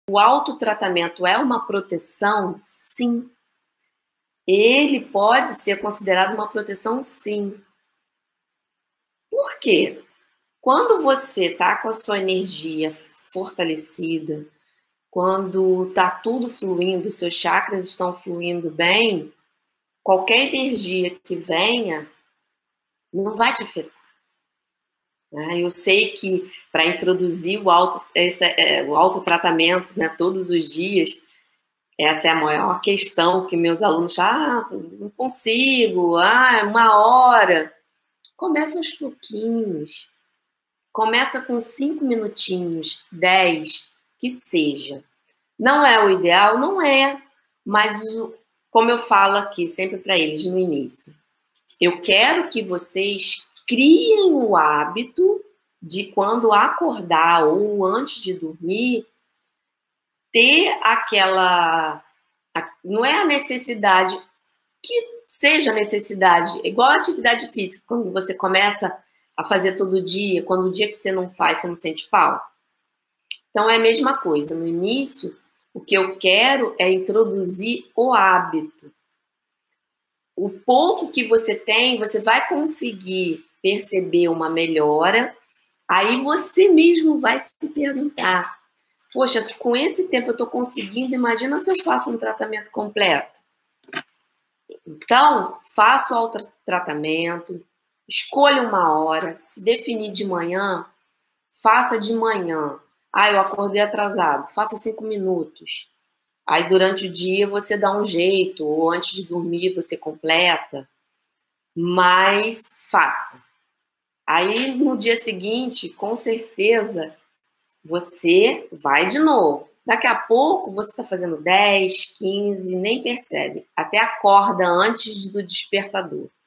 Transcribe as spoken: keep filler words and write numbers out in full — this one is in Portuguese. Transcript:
O autotratamento é uma proteção? Sim. Ele pode ser considerado uma proteção, sim. Por quê? Quando você está com a sua energia fortalecida, quando está tudo fluindo, seus chakras estão fluindo bem, qualquer energia que venha não vai te afetar. Eu sei que para introduzir o, auto, esse, é, o autotratamento, né, todos os dias, essa é a maior questão que meus alunos falam, ah, não consigo, ah, uma hora. Começa aos pouquinhos. Começa com cinco minutinhos, dez, que seja. Não é o ideal? Não é. Mas, como eu falo aqui sempre para eles no início, eu quero que vocês criem o hábito de quando acordar ou antes de dormir, ter aquela... Não é a necessidade, que seja necessidade, igual a atividade física, quando você começa a fazer todo dia, quando o dia que você não faz, você não sente falta. Então é a mesma coisa. No início, o que eu quero é introduzir o hábito. O pouco que você tem, você vai conseguir perceber uma melhora, aí você mesmo vai se perguntar, poxa, com esse tempo eu estou conseguindo, imagina se eu faço um tratamento completo. Então, faça o autotratamento, escolha uma hora, se definir de manhã, faça de manhã. Ah, eu acordei atrasado, faça cinco minutos. Aí, durante o dia, você dá um jeito, ou antes de dormir, você completa. Mas faça. Aí, no dia seguinte, com certeza, você vai de novo. Daqui a pouco, você está fazendo dez, quinze, nem percebe. Até acorda antes do despertador.